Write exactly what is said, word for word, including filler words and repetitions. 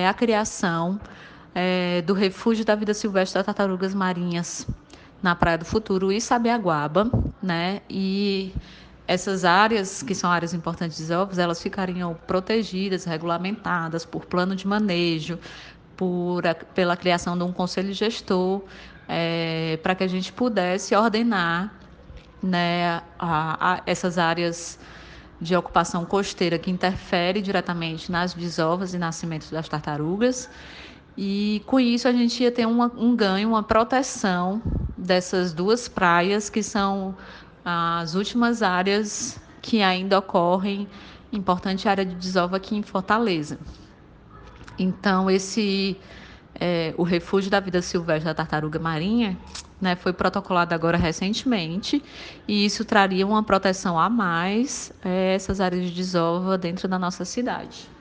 a criação é, do Refúgio da Vida Silvestre das Tartarugas Marinhas na Praia do Futuro e Sabiaguaba, né? E essas áreas, que são áreas importantes de desovos, elas ficariam protegidas, regulamentadas por plano de manejo, por, pela criação de um conselho gestor, é, para que a gente pudesse ordenar, né, a, a essas áreas de ocupação costeira que interfere diretamente nas desovas e nascimentos das tartarugas. E com isso a gente ia ter uma, um ganho, uma proteção dessas duas praias, que são as últimas áreas que ainda ocorrem, importante área de desova aqui em Fortaleza. Então, esse é, o Refúgio da Vida Silvestre da Tartaruga Marinha, né, foi protocolado agora recentemente, e isso traria uma proteção a mais a essas áreas de desova dentro da nossa cidade.